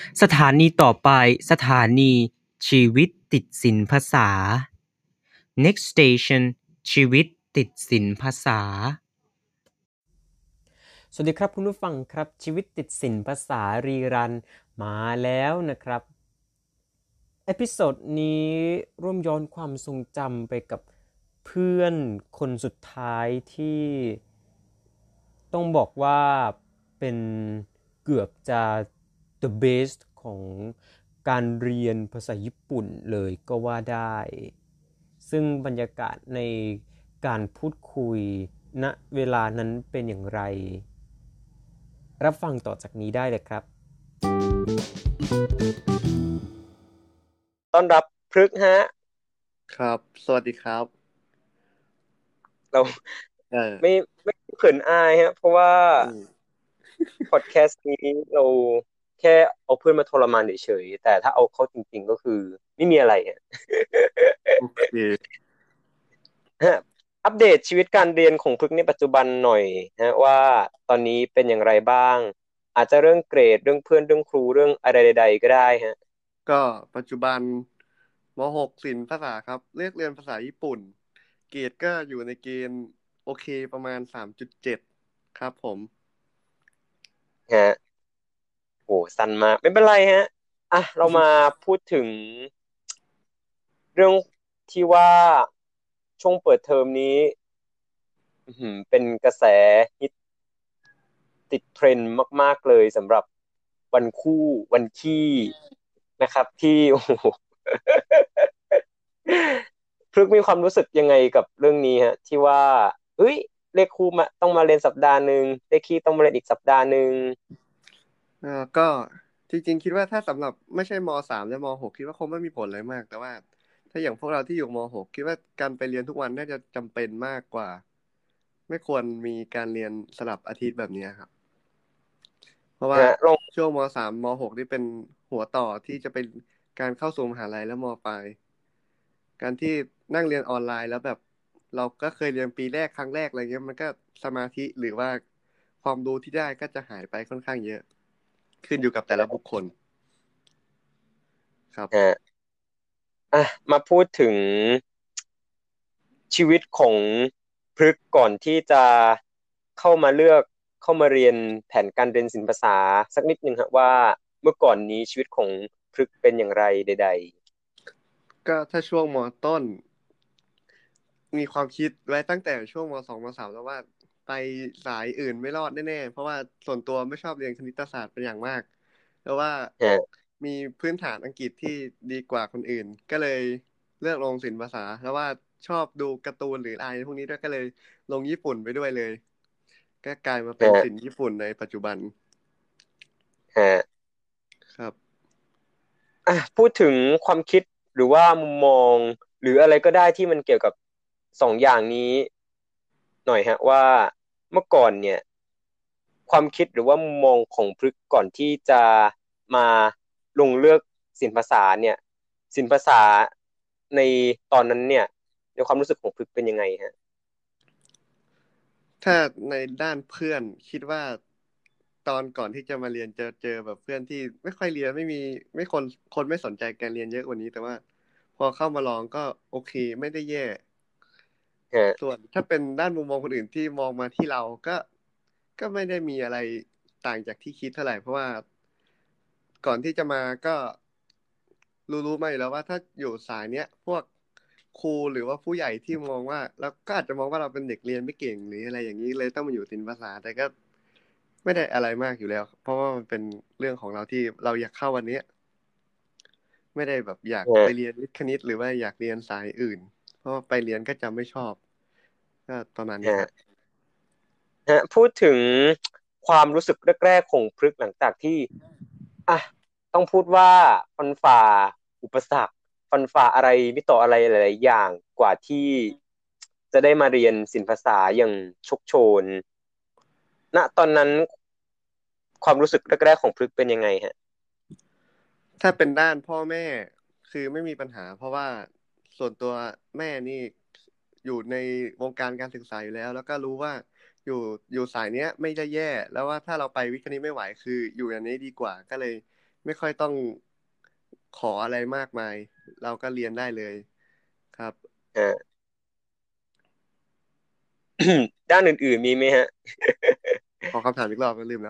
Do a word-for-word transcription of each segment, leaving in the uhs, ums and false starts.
สถานีต่อไปสถานีชีวิตติดศิลป์ภาษา Next station ชีวิตติดศิลป์ภาษาสวัสดีครับคุณผู้ฟังครับชีวิตติดศิลป์ภาษารีรันมาแล้วนะครับเอพิโซดนี้ร่วมย้อนความทรงจำไปกับเพื่อนคนสุดท้ายที่ต้องบอกว่าเป็นเกือบจะ the best ของการเรียนภาษาญี่ปุ่นเลยก็ว่าได้ซึ่งบรรยากาศในการพูดคุยณเวลานั้นเป็นอย่างไรรับฟังต่อจากนี้ได้เลยครับต้อนรับพฤกษ์ฮะครับสวัสดีครับเราเออไม่ไม่เขินอายฮะเพราะว่าอืมพอดแคสต์นี้เราแค่เอาเพื่อนมาทรมานเฉยๆแต่ถ้าเอาเข้าจริงๆก็คือไม่มีอะไรฮะโอเคฮะอัปเดตชีวิตการเรียนของพฤกษ์ในปัจจุบันหน่อยฮะว่าตอนนี้เป็นอย่างไรบ้างอาจจะเรื่องเกรดเรื่องเพื่อนเรื่องครูเรื่องอะไรใดๆก็ได้ฮะก็ปัจจุบันม .หก ศิลป์ภาษาครับเลือกเรียนภาษาญี่ปุ่นเกรดก็อยู่ในเกณฑ์โอเคประมาณ สามจุดเจ็ด ครับผมฮะโหสั้นมากไม่เป็นไรฮะอ่ะเรามาพูดถึงเรื่องที่ว่าช่วงเปิดเทอมนี้อื้อหือเป็นกระแสฮิตติดเทรนด์มากๆเลยสำหรับวันคู่วันขี้นะครับที่โอ้โห พฤกษ์มีความรู้สึกยังไงกับเรื่องนี้ฮะที่ว่าเฮ้ยเลขคู่มาต้องมาเรียนสัปดาห์หนึ่งเลขคี่ต้องมาเรียนอีกสัปดาห์หนึ่งเออก็จริงๆคิดว่าถ้าสำหรับไม่ใช่ม .สาม และม .หก คิดว่าคงไม่มีผลอะไรมากแต่ว่าถ้าอย่างพวกเราที่อยู่ม .หก คิดว่าการไปเรียนทุกวันน่าจะจำเป็นมากกว่าไม่ควรมีการเรียนสลับอาทิตย์แบบนี้ครับ เพราะว่าฮะลองช่วงม .สาม ม .หก นี่เป็นหัวต่อที่จะเป็นการเข้าสู่มหาลัยและมปลายการที่นั่งเรียนออนไลน์แล้วแบบเราก็เคยเรียนปีแรกครั้งแรกอะไรเงี้ยมันก็สมาธิหรือว่าความรู้ที่ได้ก็จะหายไปค่อนข้างเยอะขึ้นอยู่กับแต่ละบุคคลครับฮะอ่ะมาพูดถึงชีวิตของพฤกษ์ก่อนที่จะเข้ามาเลือกเข้ามาเรียนแผนการเรียนศิลปภาษาสักนิดนึงครับว่าเมื่อก่อนนี้ชีวิตของพฤกษ์เป็นอย่างไรใดก็ถ้าช่วงมต้นมีความคิดไว้ตั้งแต่ช่วงม .สอง ม .สาม แล้วว่าไปสายอื่นไม่รอดแน่ๆเพราะว่าส่วนตัวไม่ชอบเรียนคณิตศาสตร์เป็นอย่างมากเพราะว่าๆฮะมีพื้นฐานอังกฤษที่ดีกว่าคนอื่นก็เลยเลือกลงศิลปภาษาแล้วว่าชอบดูการ์ตูนหรืออะไรพวกนี้ด้วยก็เลยลงญี่ปุ่นไปด้วยเลยก็กลายมาเป็นฮะศิลป์ญี่ปุ่นในปัจจุบันฮะครับอ่ะพูดถึงความคิดหรือว่ามุมมองหรืออะไรก็ได้ที่มันเกี่ยวกับสองอย่างนี้หน่อยฮะว่าเมื่อก่อนเนี่ยความคิดหรือว่ามุมมองของพฤกษ์ก่อนที่จะมาลงเลือกศิลปภาษาเนี่ยศิลปภาษาในตอนนั้นเนี่ยในความรู้สึกของพฤกษ์เป็นยังไงฮะถ้าในด้านเพื่อนคิดว่าตอนก่อนที่จะมาเรียนจะเจอแบบเพื่อนที่ไม่ค่อยเรียนไม่มีไม่คนคนไม่สนใจการเรียนเยอะกว่านี้แต่ว่าพอเข้ามาลองก็โอเคไม่ได้แย่ฮะส่วนถ้าเป็นด้านมุมมองคนอื่นที่มองมาที่เราก็ก็ไม่ได้มีอะไรต่างจากที่คิดเท่าไหร่เพราะว่าก่อนที่จะมาก็รู้ๆมาอยู่แล้วว่าถ้าอยู่สายเนี้ยพวกครูหรือว่าผู้ใหญ่ที่มองว่าแล้วก็อาจจะมองว่าเราเป็นเด็กเรียนไม่เก่งหรืออะไรอย่างนี้เลยต้องมาอยู่ศิลปภาษาแต่ก็ไม่ได้อะไรมากอยู่แล้วเพราะว่ามันเป็นเรื่องของเราที่เราอยากเข้าวันเนี้ยไม่ได้แบบอยากฮะไปเรียนวิทย์คณิตหรือว่าอยากเรียนสายอื่นเพราะว่าไปเรียนก็จะไม่ชอบก็ประมาณนี้ครัฮะบฮะพูดถึงความรู้สึกแรกๆของพฤกษ์หลังจากที่อ่ะต้องพูดว่าฟันฝ่าอุปสรรคฟันฝ่าอะไรไม่ต่ออะไรหลายๆอย่างกว่าที่จะได้มาเรียนศิลปภาษาอย่างโชคโชนณตอนนั้นความรู้สึกแรกๆของพฤกษ์เป็นยังไงฮะถ้าเป็นด้านพ่อแม่คือไม่มีปัญหาเพราะว่าส่วนตัวแม่นี่อยู่ในวงการการศึกษาอยู่แล้วแล้วก็รู้ว่าอยู่อยู่สายเนี้ยไม่ได้แย่แล้วว่าถ้าเราไปวิทย์คณิตไม่ไหวคืออยู่อย่างนี้ดีกว่าก็เลยไม่ค่อยต้องขออะไรมากมายเราก็เรียนได้เลยครับฮะ ด้านอื่นๆมีไหมฮะขอคำถามอีกรอบก็ลืมแล้ว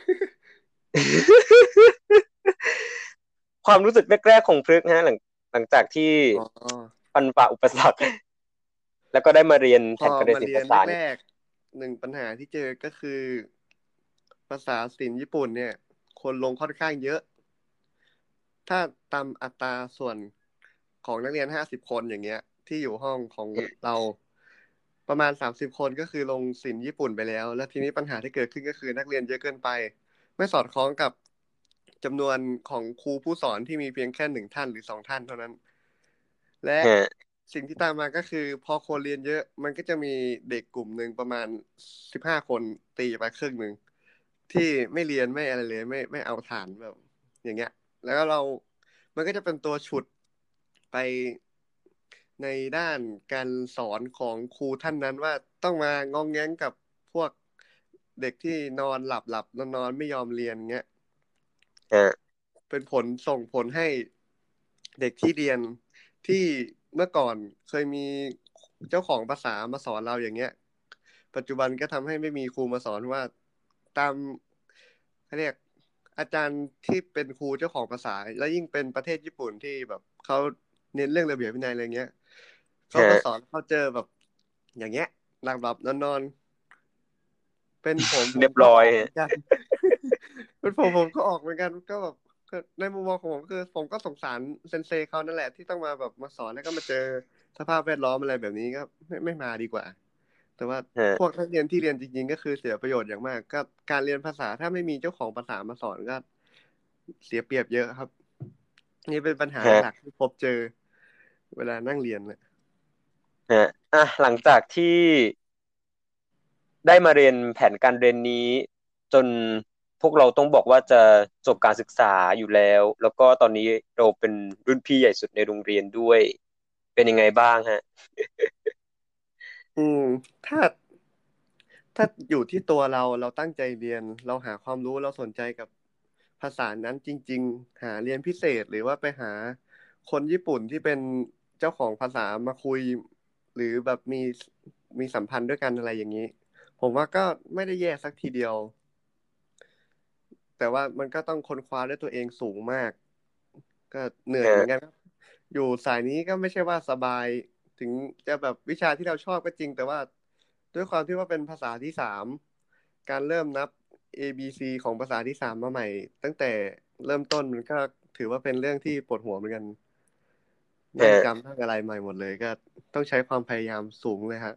ความรู้สึกแรกๆของพฤกษ์ฮะหลังหลังจากที่อ๋อฟันฝ่าอุปสรรคแล้วก็ได้มาเรียนพอแผนการเรียนมาเรียนศิลปภาษาแรนี่กๆหนึ่งปัญหาที่เจอก็คือภาษาศิลป์ญี่ปุ่นเนี่ยคนลงค่อนข้างเยอะ ถ้าตามอัตราส่วนของนักเรียนห้าสิบคนอย่างเงี้ยที่อยู่ห้องของเราประมาณสามสิบคนก็คือลงศิลป์ญี่ปุ่นไปแล้วแล้วทีนี้ปัญหาที่เกิดขึ้นก็คือนักเรียนเยอะเกินไปไม่สอดคล้องกับจำนวนของครูผู้สอนที่มีเพียงแค่หนึ่งท่านหรือสองท่านเท่านั้นและฮะสิ่งที่ตามมาก็คือพอคนเรียนเยอะมันก็จะมีเด็กกลุ่มหนึ่งประมาณสิบห้าคนตีไปครึ่งหนึ่งที่ไม่เรียนไม่อะไรเลยไม่ไม่เอาฐานแบบอย่างเงี้ยแล้วก็เรา มันก็จะเป็นตัวฉุดไปในด้านการสอนของครูท่านนั้นว่าต้องมางองแงงกับพวกเด็กที่นอนหลับหลับนอนนอนไม่ยอมเรียนเงี้ยฮะเป็นผลส่งผลให้เด็กที่เรียนที่เมื่อก่อนเคยมีเจ้าของภาษามาสอนเราอย่างเงี้ยปัจจุบันก็ทำให้ไม่มีครูมาสอนว่าตามเขาเรียกอาจารย์ที่เป็นครูเจ้าของภาษาแล้วยิ่งเป็นประเทศญี่ปุ่นที่แบบเขาเน้นเรื่องระเบียบวินัยอะไรเงี้ยเขาฮะมาสอนเขาเจอแบบอย่างเงี้ยหลับหลับนอนนอนเป็นผมผเรียบมก็ร้อยฮะออกเหมือนกัน เป็นผมผมก็ออกเหมือนกันก็แบบในมุมมองของผมคือผมก็สงสารเซนเซเขานั่นแหละที่ต้องมาแบบมาสอนแล้วก็มาเจอสภาพแวดล้อมอะไรแบบนี้ก็ไม่ไม่มาดีกว่าแต่ว่าฮะพวกนักเรียนที่เรียนจริงๆก็คือเสียประโยชน์อย่างมากก็การเรียนภาษาถ้าไม่มีเจ้าของภาษามาสอนก็เสียเปรียบเยอะครับนี่เป็นปัญหาฮะหลักที่พบเจอเวลานั่งเรียนเนี่ยฮะอ่ะหลังจากที่ได้มาเรียนแผนการเรียนนี้จนพวกเราต้องบอกว่าจะจบการศึกษาอยู่แล้วแล้วก็ตอนนี้เราเป็นรุ่นพี่ใหญ่สุดในโรงเรียนด้วยเป็นยังไงบ้างฮะอืมถ้าถ้าอยู่ที่ตัวเราเราตั้งใจเรียนเราหาความรู้เราสนใจกับภาษานั้นจริงๆหาเรียนพิเศษหรือว่าไปหาคนญี่ปุ่นที่เป็นเจ้าของภาษามาคุยหรือแบบมีมีสัมพันธ์ด้วยกันอะไรอย่างนี้ผมว่าก็ไม่ได้แย่สักทีเดียวแต่ว่ามันก็ต้องค้นคว้าด้วยตัวเองสูงมากก็เหนื่อยฮะเหมือนกันครับอยู่สายนี้ก็ไม่ใช่ว่าสบายถึงจะแบบวิชาที่เราชอบก็จริงแต่ว่าด้วยความที่ว่าเป็นภาษาที่สามการเริ่มนับ A B C ของภาษาที่สามมาใหม่ตั้งแต่เริ่มต้นมันก็ถือว่าเป็นเรื่องที่ปวดหัวเหมือนกันนั่งฮะจำนั่งอะไรใหม่หมดเลยก็ต้องใช้ความพยายามสูงเลยฮะ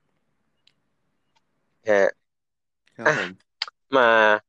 ฮะครับอ่ะผมมา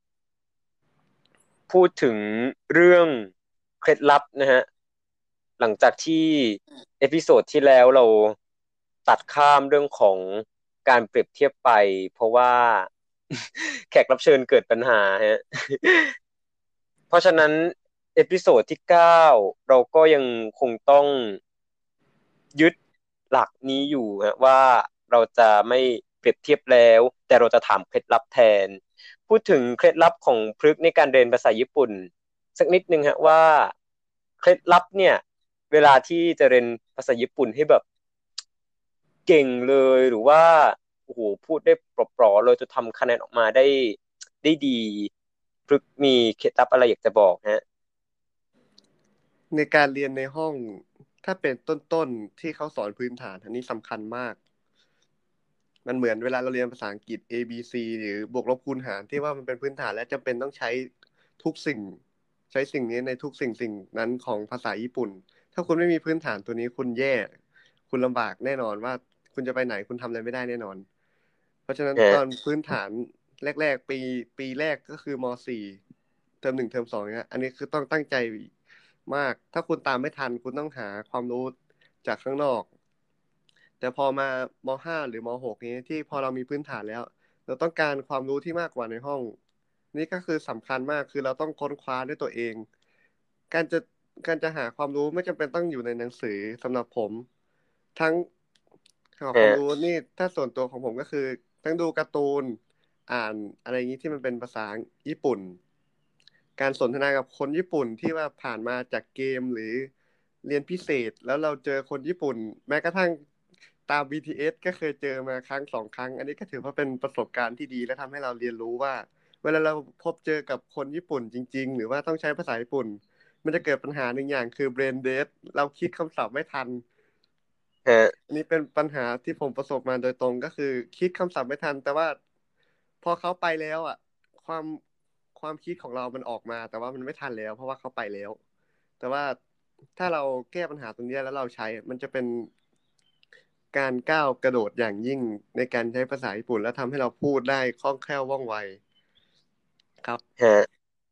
พูดถึงเรื่องเคล็ดลับนะฮะ หลังจากที่เอพิโซดที่แล้วเราตัดข้ามเรื่องของการเปรียบเทียบไปเพราะว่าแขกรับเชิญเกิดปัญหาฮะเพราะฉะนั้นเอพิโซดที่เก้าเราก็ยังคงต้องยึดหลักนี้อยู่ฮะว่าเราจะไม่เปรียบเทียบแล้วแต่เราจะถามเคล็ดลับแทนพูดถึงเคล็ดลับของพฤกษ์ในการเรียนภาษาญี่ปุ่น สักนิดนึงฮะว่าเคล็ดลับเนี่ยเวลาที่จะเรียนภาษาญี่ปุ่นให้แบบเก่งเลยหรือว่าโอ้โหพูดได้เปราะๆเลยจะทำคะแนนออกมาได้ได้ดีพฤกษ์มีเคล็ดลับอะไรอยากจะบอกฮะในการเรียนในห้องถ้าเป็นต้นๆที่เขาสอนพื้นฐานอันนี้สำคัญมาก มันเหมือนเวลาเราเรียนภาษาอังกฤษ A B C หรือบวกลบคูณหารที่ว่ามันเป็นพื้นฐานและจำเป็นต้องใช้ทุกสิ่งใช้สิ่งนี้ในทุกสิ่งสิ่งนั้นของภาษาญี่ปุ่นถ้าคุณไม่มีพื้นฐานตัวนี้คุณแย่คุณลำบากแน่นอนว่าคุณจะไปไหนคุณทำอะไรไม่ได้แน่นอนเพราะฉะนั้นฮะตอนพื้นฐานแรกๆปีปีแรกก็คือม .สี่ เทอมหนึ่งเทอมสองเนี่ยอันนี้คือต้องตั้งใจมากถ้าคุณตามไม่ทันคุณต้องหาความรู้จากข้างนอก แต่พอมาม ห้า หรือม หก นี้ที่พอเรามีพื้นฐานแล้วเราต้องการความรู้ที่มากกว่าในห้องนี่ก็คือสำคัญมากคือเราต้องค้นคว้าด้วยตัวเองการจะการจะหาความรู้ไม่จำเป็นต้องอยู่ในหนังสือสำหรับผมทั้งหาความฮะรู้นี่ถ้าส่วนตัวของผมก็คือทั้งดูการ์ตูนอ่านอะไรอย่างนี้ที่มันเป็นภาษาญี่ปุ่นการสนทนากับคนญี่ปุ่นที่ว่าผ่านมาจากเกมหรือเรียนพิเศษแล้วเราเจอคนญี่ปุ่นแม้กระทั่งตาม บี ที เอส ก็เคยเจอมาครั้งสองครั้งอันนี้ก็ถือว่าเป็นประสบการณ์ที่ดีและทำให้เราเรียนรู้ว่าเวลาเราพบเจอกับคนญี่ปุ่นจริงๆหรือว่าต้องใช้ภาษาญี่ปุ่นมันจะเกิดปัญหาหนึ่งอย่างคือ brain dead เราคิดคำศัพท์ไม่ทันฮะอันนี้เป็นปัญหาที่ผมประสบมาโดยตรงก็คือคิดคำศัพท์ไม่ทันแต่ว่าพอเขาไปแล้วอ่ะความความคิดของเรามันออกมาแต่ว่ามันไม่ทันแล้วเพราะว่าเขาไปแล้วแต่ว่าถ้าเราแก้ปัญหาตรงนี้แล้วเราใช้มันจะเป็นการก้าวกระโดดอย่างยิ่งในการใช้ภาษาญี่ปุ่นแล้วทำให้เราพูดได้คล่องแคล่วว่องไวครับฮะ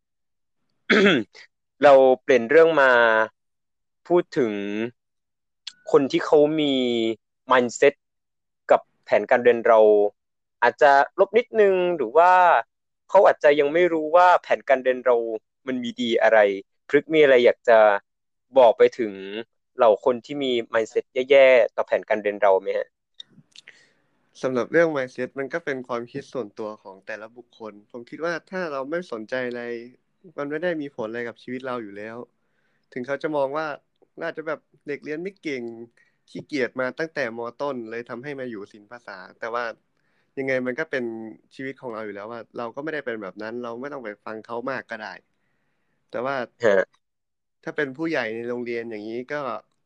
เราเปลี่ยนเรื่องมาพูดถึงคนที่เขามี mindset กับแผนการเรียนเราอาจจะลบนิดนึงหรือว่าเขาอาจจะยังไม่รู้ว่าแผนการเรียนเรามันมีดีอะไรพฤกษ์มีอะไรอยากจะบอกไปถึงเหล่าคนที่มี mindset แย่ๆต่อแผนการเรียนเราไหมฮะสำหรับเรื่อง mindset มันก็เป็นความคิดส่วนตัวของแต่ละบุคคลผมคิดว่าถ้าเราไม่สนใจอะไรมันไม่ได้มีผลอะไรกับชีวิตเราอยู่แล้วถึงเขาจะมองว่าน่าจะแบบเด็กเรียนไม่เก่งขี้เกียจมาตั้งแต่มต้นเลยทำให้มาอยู่ศิลปภาษาแต่ว่ายังไงมันก็เป็นชีวิตของเราอยู่แล้วว่าเราก็ไม่ได้เป็นแบบนั้นเราไม่ต้องไปฟังเขามากก็ได้แต่ว่าฮะถ้าเป็นผู้ใหญ่ในโรงเรียนอย่างนี้ก็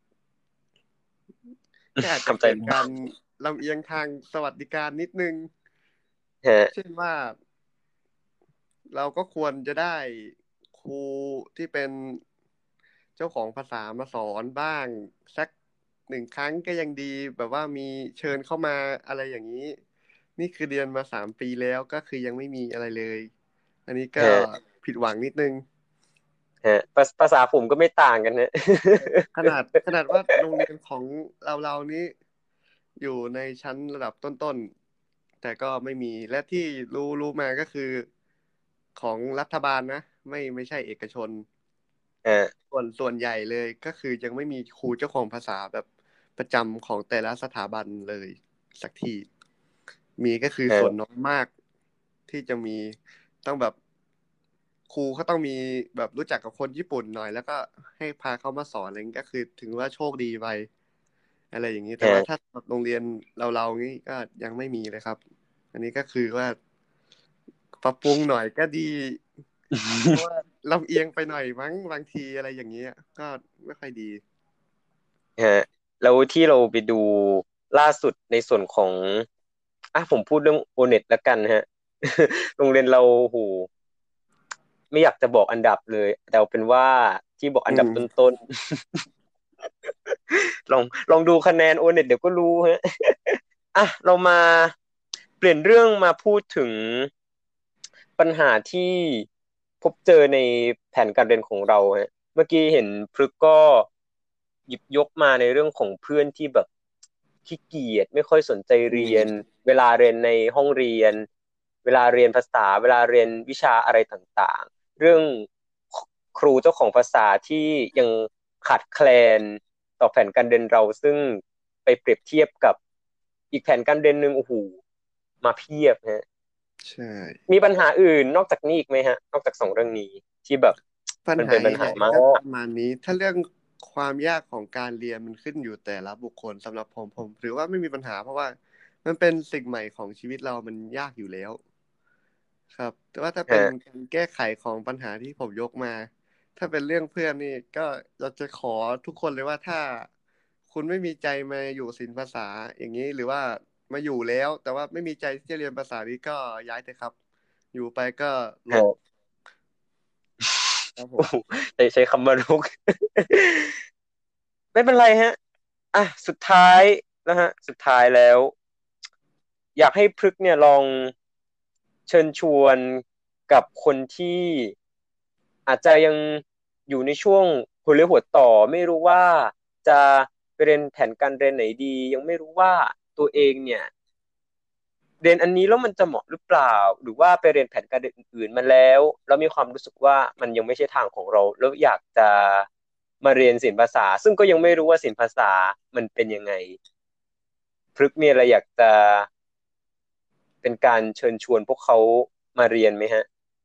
ก็อาจจะทำใจเกิดการลำบากลำเอียงทางสวัสดิการนิดนึงฮะเช่นว่าเราก็ควรจะได้ครูที่เป็นเจ้าของภาษามาสอนบ้างสักหนึ่งครั้งก็ยังดีแบบว่ามีเชิญเข้ามาอะไรอย่างนี้นี่คือเรียนมาสามปีแล้วก็คือยังไม่มีอะไรเลยอันนี้ก็ฮะผิดหวังนิดนึงฮะภาภาษาผมก็ไม่ต่างกันนะขนาดขนาดว่าโรงเรียนของเราเรานี้อยู่ในชั้นระดับต้นๆแต่ก็ไม่มีและที่รู้รู้มาก็คือของรัฐบาลนะไม่ไม่ใช่เอกชนฮะส่วนส่วนใหญ่เลยก็คือยังไม่มีครูเจ้าของภาษาแบบประจำของแต่ละสถาบันเลยสักทีมีก็คือฮะส่วนน้อยมากที่จะมีต้องแบบครูเขาต้องมีแบบรู้จักกับคนญี่ปุ่นหน่อยแล้วก็ให้พาเขามาสอนอะไรอย่างนี้ก็คือถือว่าโชคดีไปอะไรอย่างนี้แต่ว่าถ้าฮะโรงเรียนเราเรานี้ก็ยังไม่มีเลยครับอันนี้ก็คือว่าปรับปรุงหน่อยก็ดี เพราะว่าลำเอียงไปหน่อยมั้งบางทีอะไรอย่างเงี้ยก็ไม่ค่อยดีฮะแล้วที่เราไปดูล่าสุดในส่วนของอ่ะผมพูดเรื่องโอเน็ตแล้วกันฮะโรงเรียนเราโหไม่อยากจะบอกอันดับเลยแต่เอาเป็นว่าที่บอกอัอืนดับมต้นๆลองลองดูคะแนนโอเน็ตเดี๋ยวก็รู้ฮะอ่ะเรามาเปลี่ยนเรื่องมาพูดถึงปัญหาที่พบเจอในแผนการเรียนของเราฮะเมื่อกี้เห็นพฤกษ์ก็หยิบยกมาในเรื่องของเพื่อนที่แบบขี้เกียจไม่ค่อยสนใจอืเรียนมเวลาเรียนในห้องเรียนเวลาเรียนภาษาเวลาเรียนวิชาอะไรต่างๆเรื่องครูเจ้าของภาษาที่ยังขาดแคลนต่อแผนการเรียนเราซึ่งไปเปรียบเทียบกับอีกแผนการเรียนหนึ่งโอ้โหมาเพียบฮะใช่มีปัญหาอื่นนอกจากนี้อีกไหมฮะนอกจากสองเรื่องนี้ที่แบบปัญหามันเป็นปัญหาใหญ่มาๆก็ปกระมาณนี้ถ้าเรื่องความยากของการเรียนมันขึ้นอยู่แต่ละบุคคลสำหรับผมผมถือว่าไม่มีปัญหาเพราะว่ามันเป็นสิ่งใหม่ของชีวิตเรามันยากอยู่แล้วครับแต่ว่าถ้าเป็นฮะการแก้ไขของปัญหาที่ผมยกมาถ้าเป็นเรื่องเพื่อนนี่ก็อยากจะขอทุกคนเลยว่าถ้าคุณไม่มีใจมาอยู่ศิลปภาษาอย่างนี้หรือว่ามาอยู่แล้วแต่ว่าไม่มีใจที่จะเรียนภาษานี้ก็ย้ายเถอะครับอยู่ไปก็รกฮะครับผโอ้โหมใช้ใช้คำว่ารุกไม่เป็นไรฮะอ่ะสุดท้ายนะฮะสุดท้ายแล้วอยากให้พฤกษ์เนี่ยลองเชิญชวนกับคนที่อาจจะยังอยู่ในช่วงหัวเลี้ยวหัวต่อไม่รู้ว่าจะไปเรียนแผนการเรียนไหนดียังไม่รู้ว่าตัวเองเนี่ย เรียนอันนี้แล้วมันจะเหมาะหรือเปล่าหรือว่าไปเรียนแผนการเรียนอื่นๆมาแล้วแล้วมีความรู้สึกว่ามันยังไม่ใช่ทางของเราแล้วอยากจะมาเรียนศิลปภาษาซึ่งก็ยังไม่รู้ว่าศิลปภาษามันเป็นยังไงพฤกษ์มีอะไรอยากจะเป็นการเชิญชวนพวกเขามาเรียนไหมฮะ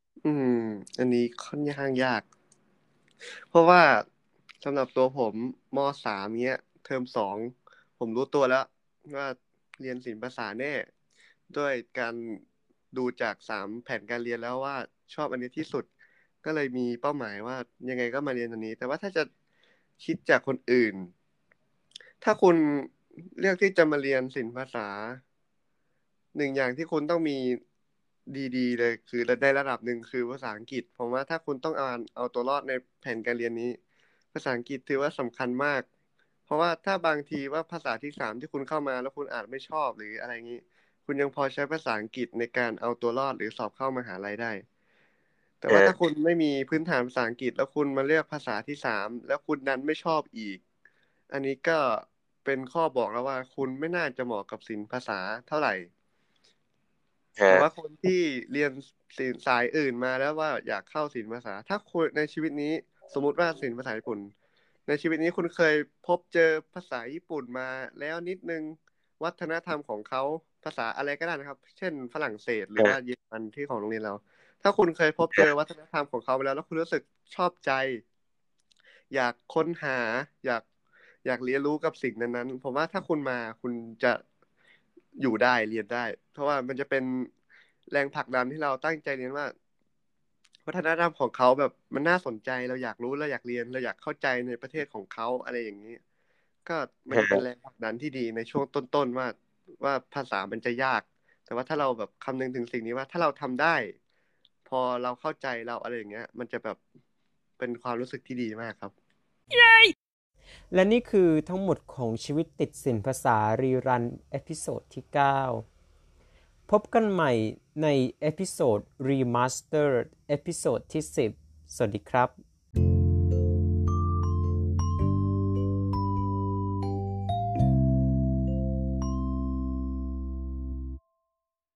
อืมอันนี้ค่อนข้างยาก เพราะว่าสำหรับตัวผมมสามเนี้ยเทอมสองผมรู้ตัวแล้วว่าเรียนศิลปภาษาแน่ด้วยการดูจากสามแผนการเรียนแล้วว่าชอบอันนี้ที่สุดก็เลยมีเป้าหมายว่ายังไงก็มาเรียนอันนี้แต่ว่าถ้าจะคิดจากคนอื่นถ้าคุณเลือกที่จะมาเรียนศิลปภาษาหนึ่งอย่างที่คุณต้องมีดีๆเลยคือในระดับหนึ่งคือภาษาอังกฤษผมว่าถ้าคุณต้องการเอาตัวรอดในแผนการเรียนนี้ภาษาอังกฤษถือว่าสำคัญมากเพราะว่าถ้าบางทีว่าภาษาที่สามที่คุณเข้ามาแล้วคุณอาจไม่ชอบหรืออะไรงี้คุณยังพอใช้ภาษาอังกฤษในการเอาตัวรอดหรือสอบเข้ามหาลัยได้แต่ว่าถ้าคุณไม่มีพื้นฐานภาษาอังกฤษแล้วคุณมาเลือกภาษาที่สามแล้วคุณนั้นไม่ชอบอีกอันนี้ก็เป็นข้อบอกแล้วว่าคุณไม่น่าจะเหมาะกับศิลปภาษาเท่าไหร่ แต่ฮะว่าคนที่เรียนศิลป์สายอื่นมาแล้วว่าอยากเข้าศิลป์ภาษาถ้าคุณในชีวิตนี้สมมุติว่าศิลป์ภาษาญี่ปุ่นในชีวิตนี้คุณเคยพบเจอภาษาญี่ปุ่นมาแล้วนิดนึงวัฒนธรรมของเขาภาษาอะไรก็ได้นะครับเช่นฝรั่งเศสหรือว่าฮะเยอรมันที่ของโรงเรียนเราถ้าคุณเคยพบเจอวัฒนธรรมของเขาไปแล้วแล้วคุณรู้สึกชอบใจอยากค้นหาอยากอยากเรียนรู้กับสิ่งนั้นๆผมว่าถ้าคุณมาคุณจะอยู่ได้เรียนได้เพราะว่ามันจะเป็นแรงผลักดันที่เราตั้งใจเรียนว่าวัฒนธรรมของเขาแบบมันน่าสนใจเราอยากรู้เราอยากเรียนเราอยากเข้าใจในประเทศของเขาอะไรอย่างนี้ก็มันจะเป็นแรงผลักดันที่ดีในช่วงต้นๆว่าว่าภาษามันจะยากแต่ว่าถ้าเราแบบคำนึงถึงสิ่งนี้ว่าถ้าเราทำได้พอเราเข้าใจเราอะไรอย่างเงี้ยมันจะแบบเป็นความรู้สึกที่ดีมากครับและนี่คือทั้งหมดของชีวิตติดศิลปภาษารีรันเอพิโซดที่เก้าพบกันใหม่ในเอพิโซดรีมาสเตอร์เอพิโซดที่สิบสวัสดีครับ